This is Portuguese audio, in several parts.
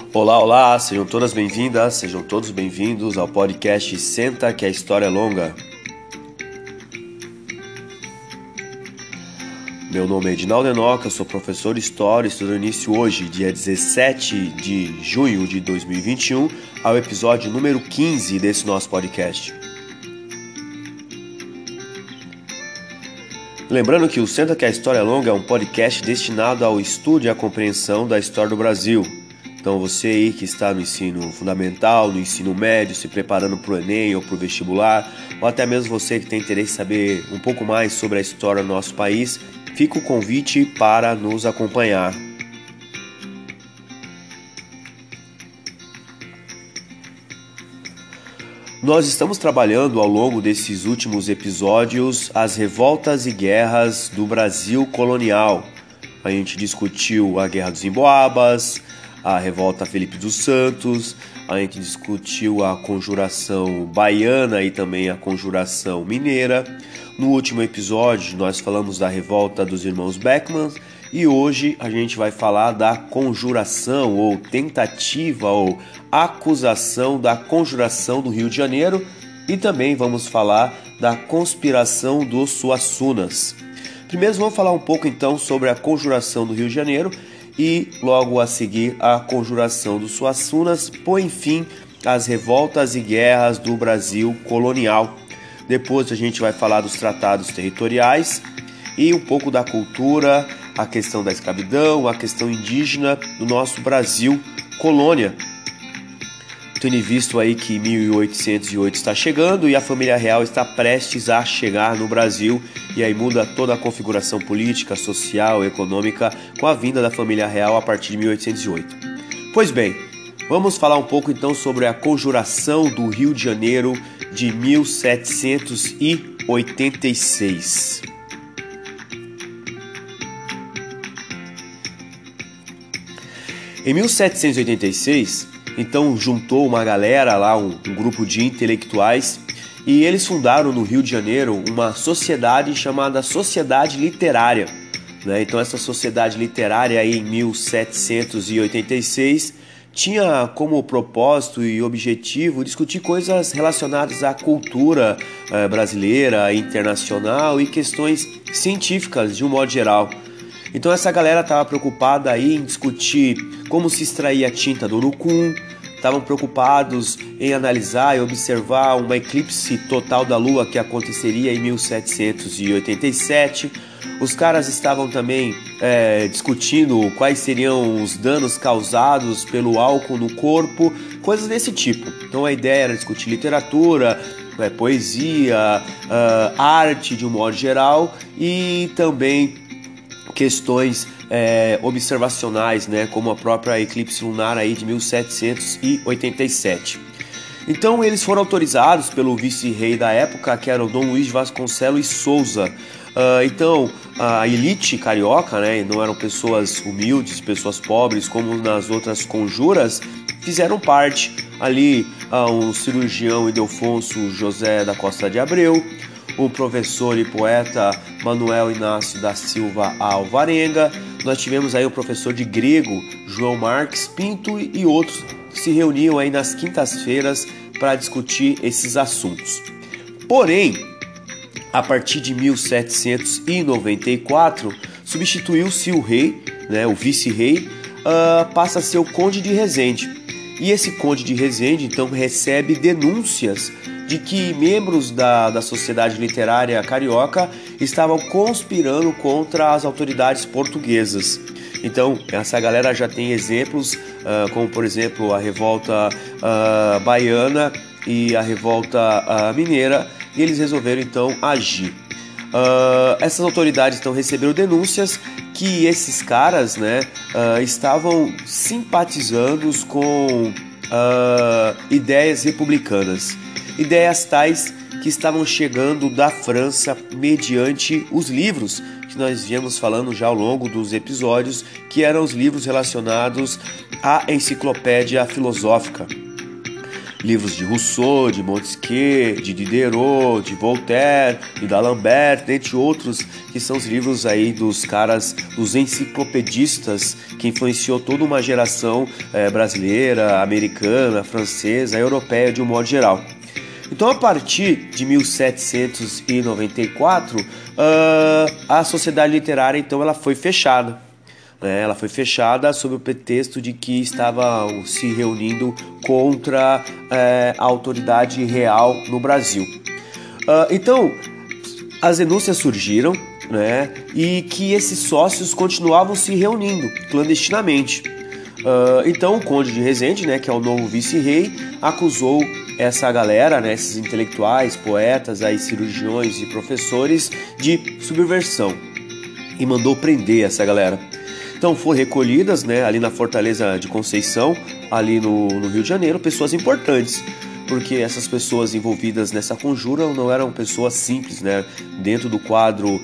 Olá, olá, sejam todas bem-vindas, sejam todos bem-vindos ao podcast Senta que a História é Longa. Meu nome é Edinaldo Enoca, sou professor de História, estou dando início hoje, dia 17 de junho de 2021, ao episódio número 15 desse nosso podcast. Lembrando que o Senta que a História é Longa é um podcast destinado ao estudo e à compreensão da história do Brasil. Então você aí que está no ensino fundamental, no ensino médio, se preparando para o Enem ou para o vestibular, ou até mesmo você que tem interesse em saber um pouco mais sobre a história do nosso país, fica o convite para nos acompanhar. Nós estamos trabalhando ao longo desses últimos episódios as revoltas e guerras do Brasil colonial. A gente discutiu a Guerra dos Emboabas, a Revolta Felipe dos Santos, a gente discutiu a Conjuração Baiana e também a Conjuração Mineira. No último episódio nós falamos da Revolta dos Irmãos Beckman e hoje a gente vai falar da conjuração ou tentativa ou acusação da conjuração do Rio de Janeiro e também vamos falar da conspiração dos Suassunas. Primeiro vamos falar um pouco então sobre a conjuração do Rio de Janeiro e logo a seguir a conjuração dos Suassunas põe fim às revoltas e guerras do Brasil colonial. Depois a gente vai falar dos tratados territoriais e um pouco da cultura, a questão da escravidão, a questão indígena do nosso Brasil colônia. Tendo visto aí que 1808 está chegando e a família real está prestes a chegar no Brasil e aí muda toda a configuração política, social, econômica com a vinda da família real a partir de 1808. Pois bem, vamos falar um pouco então sobre a conjuração do Rio de Janeiro de 1786. Em 1786, então juntou uma galera lá, um grupo de intelectuais, e eles fundaram no Rio de Janeiro uma sociedade chamada Sociedade Literária. Então essa sociedade literária aí, em 1786 tinha como propósito e objetivo discutir coisas relacionadas à cultura brasileira, internacional e questões científicas de um modo geral. Então essa galera estava preocupada aí em discutir como se extraía a tinta do urucum, estavam preocupados em analisar e observar uma eclipse total da Lua que aconteceria em 1787. Os caras estavam também discutindo quais seriam os danos causados pelo álcool no corpo, coisas desse tipo. Então a ideia era discutir literatura, poesia, arte de um modo geral e também questões observacionais, como a própria eclipse lunar aí de 1787. Então eles foram autorizados pelo vice-rei da época, que era o Dom Luiz de Vasconcelos e Souza. Então a elite carioca, não eram pessoas humildes, pessoas pobres como nas outras conjuras, fizeram parte ali um cirurgião Ildefonso José da Costa de Abreu, o professor e poeta Manuel Inácio da Silva Alvarenga, nós tivemos aí o professor de grego João Marques Pinto e outros que se reuniam aí nas quintas-feiras para discutir esses assuntos. Porém, a partir de 1794, substituiu-se o rei, o vice-rei, passa a ser o Conde de Resende. E esse Conde de Resende, então, recebe denúncias de que membros da Sociedade Literária Carioca estavam conspirando contra as autoridades portuguesas. Então, essa galera já tem exemplos, como por exemplo a Revolta Baiana e a Revolta Mineira, e eles resolveram então agir. Essas autoridades então receberam denúncias que esses caras estavam simpatizando com ideias republicanas. Ideias tais que estavam chegando da França mediante os livros que nós viemos falando já ao longo dos episódios, que eram os livros relacionados à enciclopédia filosófica. livros de Rousseau, de Montesquieu, de Diderot, de Voltaire, de D'Alembert, dentre outros, que são os livros aí dos caras, dos enciclopedistas, que influenciou toda uma geração brasileira, americana, francesa, europeia de um modo geral. Então, a partir de 1794, a sociedade literária então ela foi fechada. Ela foi fechada sob o pretexto de que estava se reunindo contra a autoridade real no Brasil. Então, as denúncias surgiram, né, e que esses sócios continuavam se reunindo clandestinamente. Então, o Conde de Resende, né, que é o novo vice-rei, acusou essa galera, né, esses intelectuais, poetas, aí, cirurgiões e professores de subversão e mandou prender essa galera. Então foram recolhidas, né, ali na Fortaleza de Conceição, ali no Rio de Janeiro, pessoas importantes, porque essas pessoas envolvidas nessa conjura não eram pessoas simples, né, dentro do quadro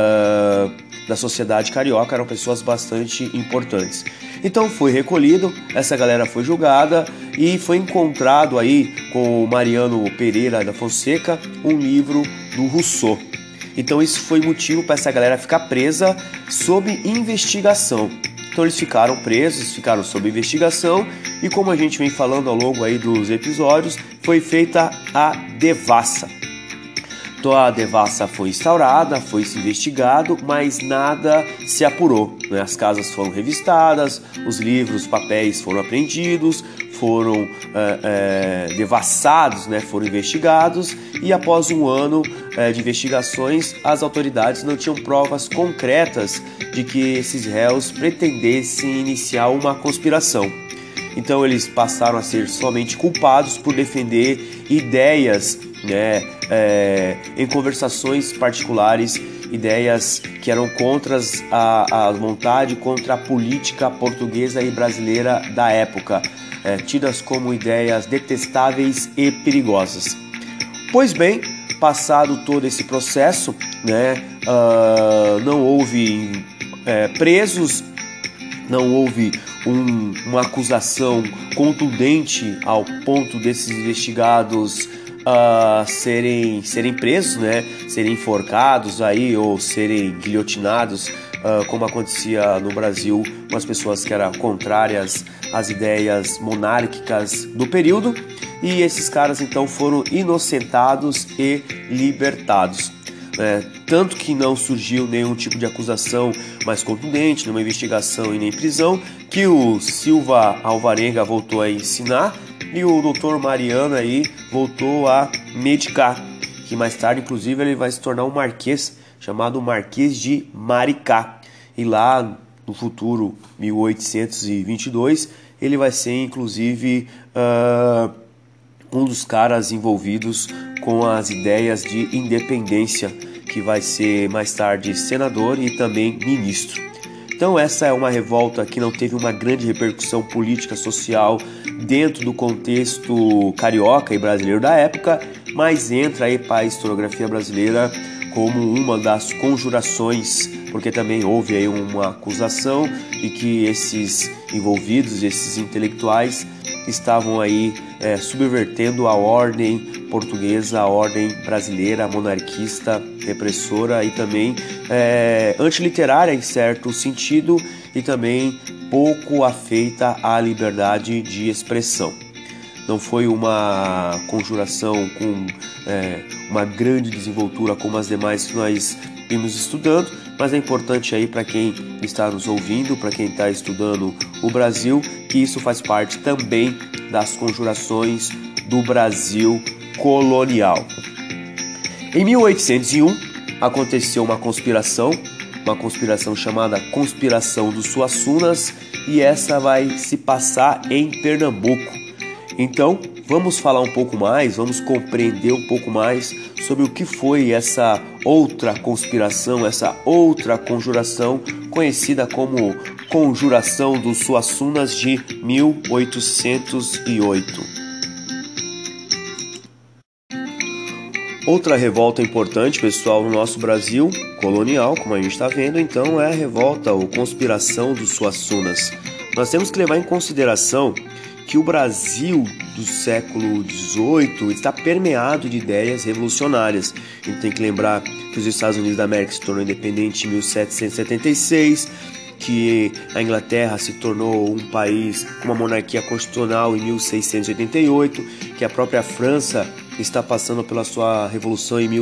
da sociedade carioca, eram pessoas bastante importantes. Então foi recolhido, essa galera foi julgada e foi encontrado aí com o Mariano Pereira da Fonseca um livro do Rousseau. Então isso foi motivo para essa galera ficar presa sob investigação. Então eles ficaram presos, ficaram sob investigação e, como a gente vem falando ao longo aí dos episódios, foi feita a devassa. Então a devassa foi instaurada, foi se investigado, mas nada se apurou, né? As casas foram revistadas, os livros, os papéis foram apreendidos, foram devassados, né? Foram investigados e após um ano de investigações, as autoridades não tinham provas concretas de que esses réus pretendessem iniciar uma conspiração. Então eles passaram a ser somente culpados por defender ideias, né, em conversações particulares, ideias que eram contra a vontade, contra a política portuguesa e brasileira da época, tidas como ideias detestáveis e perigosas. Pois bem, passado todo esse processo, né, não houve presos, não houve uma acusação contundente ao ponto desses investigados serem presos, né, serem enforcados aí ou serem guilhotinados, como acontecia no Brasil com as pessoas que eram contrárias às ideias monárquicas do período, e esses caras então foram inocentados e libertados. Tanto que não surgiu nenhum tipo de acusação mais contundente, nenhuma investigação e nem prisão, que o Silva Alvarenga voltou a ensinar e o Dr. Mariano aí voltou a medicar, que mais tarde inclusive ele vai se tornar um marquês, chamado Marquês de Maricá, e lá no futuro 1822 ele vai ser inclusive um dos caras envolvidos com as ideias de independência, que vai ser mais tarde senador e também ministro. Então essa é uma revolta que não teve uma grande repercussão política, social dentro do contexto carioca e brasileiro da época, mas entra aí para a historiografia brasileira como uma das conjurações, porque também houve aí uma acusação de que esses envolvidos, esses intelectuais, estavam aí subvertendo a ordem portuguesa, a ordem brasileira, monarquista, repressora e também antiliterária em certo sentido e também pouco afeita à liberdade de expressão. Não foi uma conjuração com uma grande desenvoltura como as demais que nós vimos estudando, mas é importante aí para quem está nos ouvindo, para quem está estudando o Brasil, que isso faz parte também das conjurações do Brasil colonial. Em 1801 aconteceu uma conspiração chamada Conspiração dos Suassunas, e essa vai se passar em Pernambuco. Então, vamos falar um pouco mais, vamos compreender um pouco mais sobre o que foi essa outra conspiração, essa outra conjuração, conhecida como Conjuração dos Suassunas de 1808. Outra revolta importante, pessoal, no nosso Brasil colonial, como a gente está vendo, então, é a revolta ou conspiração dos Suassunas. Nós temos que levar em consideração que o Brasil do século XVIII está permeado de ideias revolucionárias. A gente tem que lembrar que os Estados Unidos da América se tornou independente em 1776, que a Inglaterra se tornou um país com uma monarquia constitucional em 1688, que a própria França está passando pela sua revolução em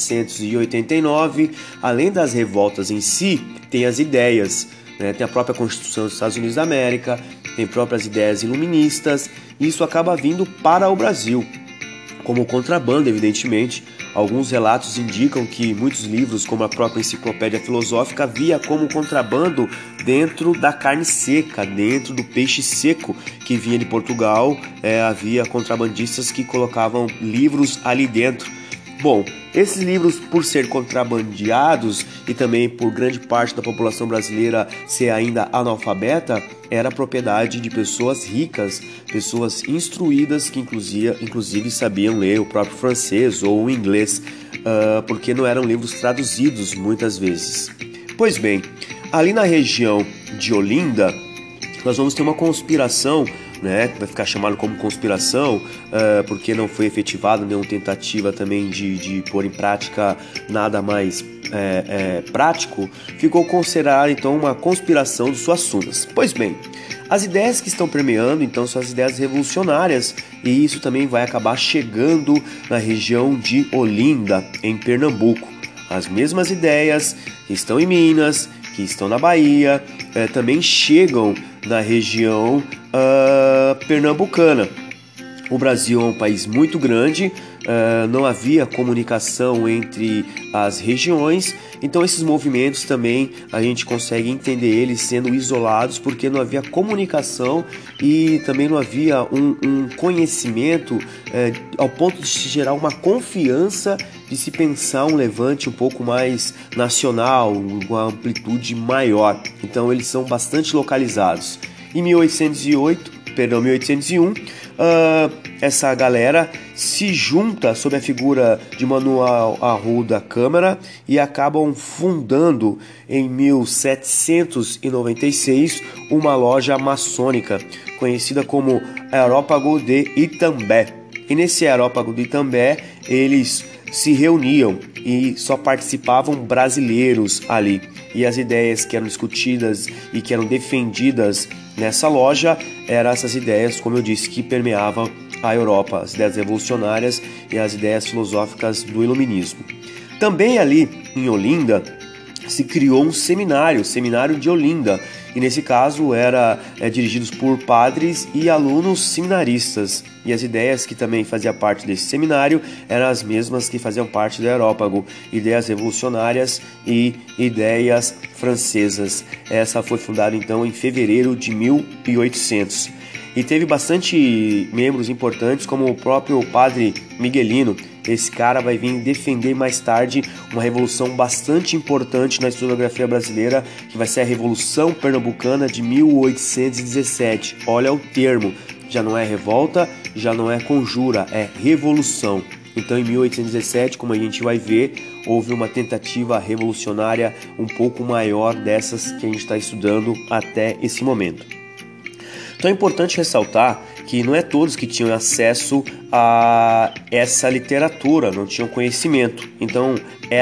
1789. Além das revoltas em si, tem as ideias, né? Tem a própria Constituição dos Estados Unidos da América, tem próprias ideias iluministas, e isso acaba vindo para o Brasil como contrabando, evidentemente. Alguns relatos indicam que muitos livros, como a própria Enciclopédia Filosófica, havia como contrabando dentro da carne seca, dentro do peixe seco que vinha de Portugal. Havia contrabandistas que colocavam livros ali dentro. Bom, esses livros, por ser contrabandeados e também por grande parte da população brasileira ser ainda analfabeta, era propriedade de pessoas ricas, pessoas instruídas que inclusive sabiam ler o próprio francês ou o inglês, porque não eram livros traduzidos muitas vezes. Pois bem, ali na região de Olinda, nós vamos ter uma conspiração, né, que vai ficar chamado como conspiração, porque não foi efetivada nenhuma tentativa também de pôr em prática nada mais prático. Ficou considerado então uma conspiração dos Suassunas. Pois bem, as ideias que estão permeando então são as ideias revolucionárias, e isso também vai acabar chegando na região de Olinda, em Pernambuco. As mesmas ideias que estão em Minas, que estão na Bahia, também chegam na região pernambucana. O Brasil é um país muito grande, não havia comunicação entre as regiões, então esses movimentos também a gente consegue entender eles sendo isolados, porque não havia comunicação e também não havia um conhecimento ao ponto de se gerar uma confiança de se pensar um levante um pouco mais nacional, uma amplitude maior. Então eles são bastante localizados. Em 1801, essa galera se junta sob a figura de Manuel Arruda Câmara e acabam fundando em 1796 uma loja maçônica conhecida como Areópago de Itambé. E nesse Areópago de Itambé eles se reuniam e só participavam brasileiros ali. E as ideias que eram discutidas e que eram defendidas nessa loja eram essas ideias, como eu disse, que permeavam a Europa, as ideias revolucionárias e as ideias filosóficas do iluminismo. Também ali em Olinda se criou um seminário, o Seminário de Olinda, e nesse caso era dirigidos por padres e alunos seminaristas. E as ideias que também faziam parte desse seminário eram as mesmas que faziam parte do Areópago, ideias revolucionárias e ideias francesas. Essa foi fundada então em fevereiro de 1800. E teve bastante membros importantes, como o próprio padre Miguelino. Esse cara vai vir defender mais tarde uma revolução bastante importante na historiografia brasileira, que vai ser a Revolução Pernambucana de 1817. Olha o termo, já não é revolta, já não é conjura, é revolução. Então em 1817, como a gente vai ver, houve uma tentativa revolucionária um pouco maior dessas que a gente está estudando até esse momento. Então é importante ressaltar que não é todos que tinham acesso a essa literatura, não tinham conhecimento. Então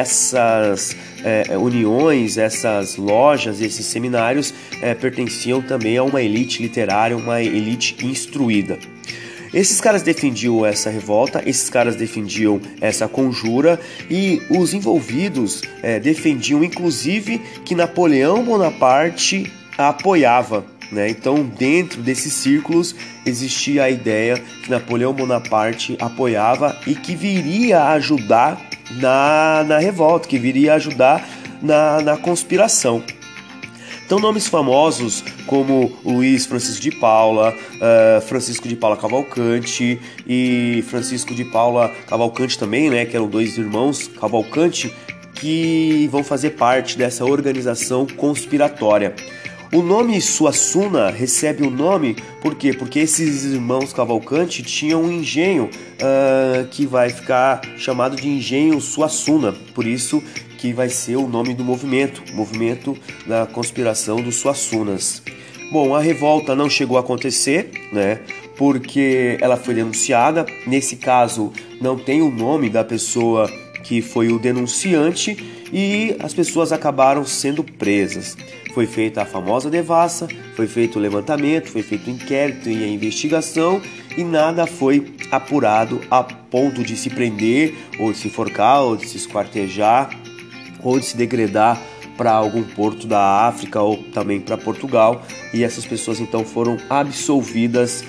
essas uniões, essas lojas, esses seminários pertenciam também a uma elite literária, uma elite instruída. Esses caras defendiam essa revolta, esses caras defendiam essa conjura, e os envolvidos defendiam inclusive que Napoleão Bonaparte a apoiava. Então, dentro desses círculos existia a ideia que Napoleão Bonaparte apoiava e que viria a ajudar na revolta, que viria a ajudar na conspiração. Então, nomes famosos como Luiz Francisco de Paula, Francisco de Paula Cavalcante e Francisco de Paula Cavalcante também, que eram dois irmãos Cavalcante, que vão fazer parte dessa organização conspiratória. O nome Suassuna recebe o nome por quê? Porque esses irmãos Cavalcante tinham um engenho que vai ficar chamado de Engenho Suassuna, por isso que vai ser o nome do movimento, o movimento da conspiração dos Suassunas. Bom, a revolta não chegou a acontecer, porque ela foi denunciada. Nesse caso, não tem o nome da pessoa que foi o denunciante e as pessoas acabaram sendo presas. Foi feita a famosa devassa, foi feito o levantamento, foi feito o inquérito e a investigação e nada foi apurado a ponto de se prender, ou de se enforcar, ou de se esquartejar, ou de se degradar para algum porto da África ou também para Portugal. E essas pessoas então foram absolvidas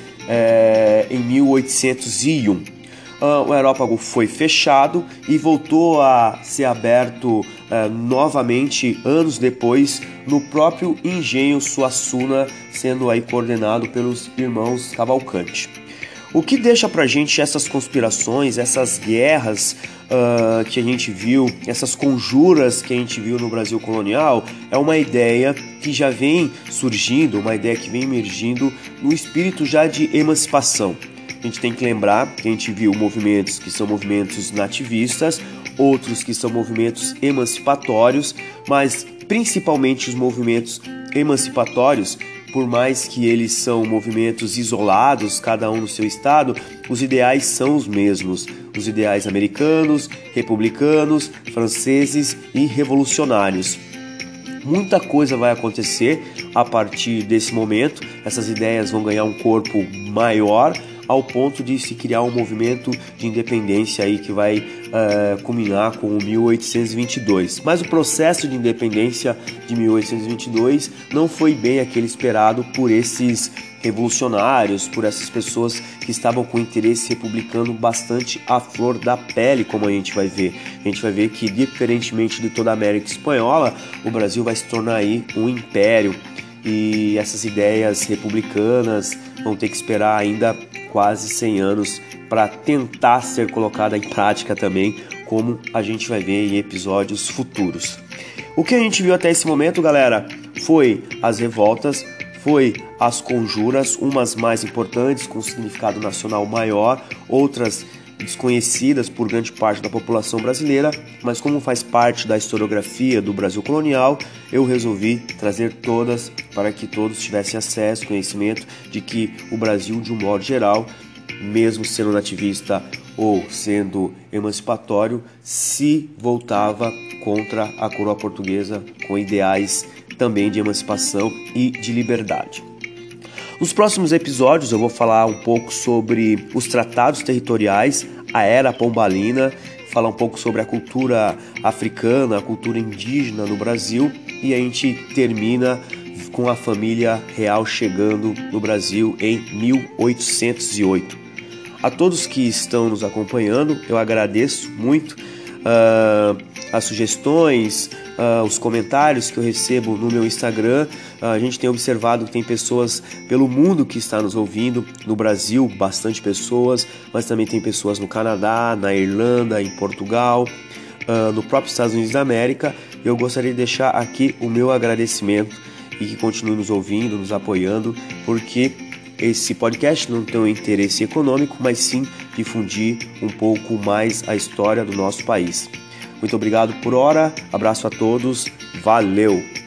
em 1801. O aerópago foi fechado e voltou a ser aberto novamente anos depois no próprio engenho Suassuna, sendo aí coordenado pelos irmãos Cavalcanti. O que deixa pra gente essas conspirações, essas guerras que a gente viu, essas conjuras que a gente viu no Brasil colonial, é uma ideia que já vem surgindo, uma ideia que vem emergindo no espírito já de emancipação. A gente tem que lembrar que a gente viu movimentos que são movimentos nativistas, outros que são movimentos emancipatórios, mas principalmente os movimentos emancipatórios, por mais que eles são movimentos isolados, cada um no seu estado, os ideais são os mesmos. Os ideais americanos, republicanos, franceses e revolucionários. Muita coisa vai acontecer a partir desse momento, essas ideias vão ganhar um corpo maior, ao ponto de se criar um movimento de independência aí que vai culminar com o 1822. Mas o processo de independência de 1822 não foi bem aquele esperado por esses revolucionários, por essas pessoas que estavam com interesse republicano bastante à flor da pele, como a gente vai ver. A gente vai ver que, diferentemente de toda a América Espanhola, o Brasil vai se tornar aí um império, e essas ideias republicanas vão ter que esperar ainda quase 100 anos para tentar ser colocada em prática também, como a gente vai ver em episódios futuros. O que a gente viu até esse momento, galera, foi as revoltas, foi as conjuras, umas mais importantes, com significado nacional maior, outras desconhecidas por grande parte da população brasileira, mas como faz parte da historiografia do Brasil colonial, eu resolvi trazer todas para que todos tivessem acesso, conhecimento de que o Brasil, de um modo geral, mesmo sendo nativista ou sendo emancipatório, se voltava contra a coroa portuguesa com ideais também de emancipação e de liberdade. Nos próximos episódios eu vou falar um pouco sobre os tratados territoriais, a Era Pombalina, falar um pouco sobre a cultura africana, a cultura indígena no Brasil, e a gente termina com a família real chegando no Brasil em 1808. A todos que estão nos acompanhando, eu agradeço muito as sugestões, os comentários que eu recebo no meu Instagram. A gente tem observado que tem pessoas pelo mundo que estão nos ouvindo, no Brasil, bastante pessoas, mas também tem pessoas no Canadá, na Irlanda, em Portugal, no próprio Estados Unidos da América. Eu gostaria de deixar aqui o meu agradecimento e que continue nos ouvindo, nos apoiando, porque esse podcast não tem um interesse econômico, mas sim difundir um pouco mais a história do nosso país. Muito obrigado por hora, abraço a todos, valeu!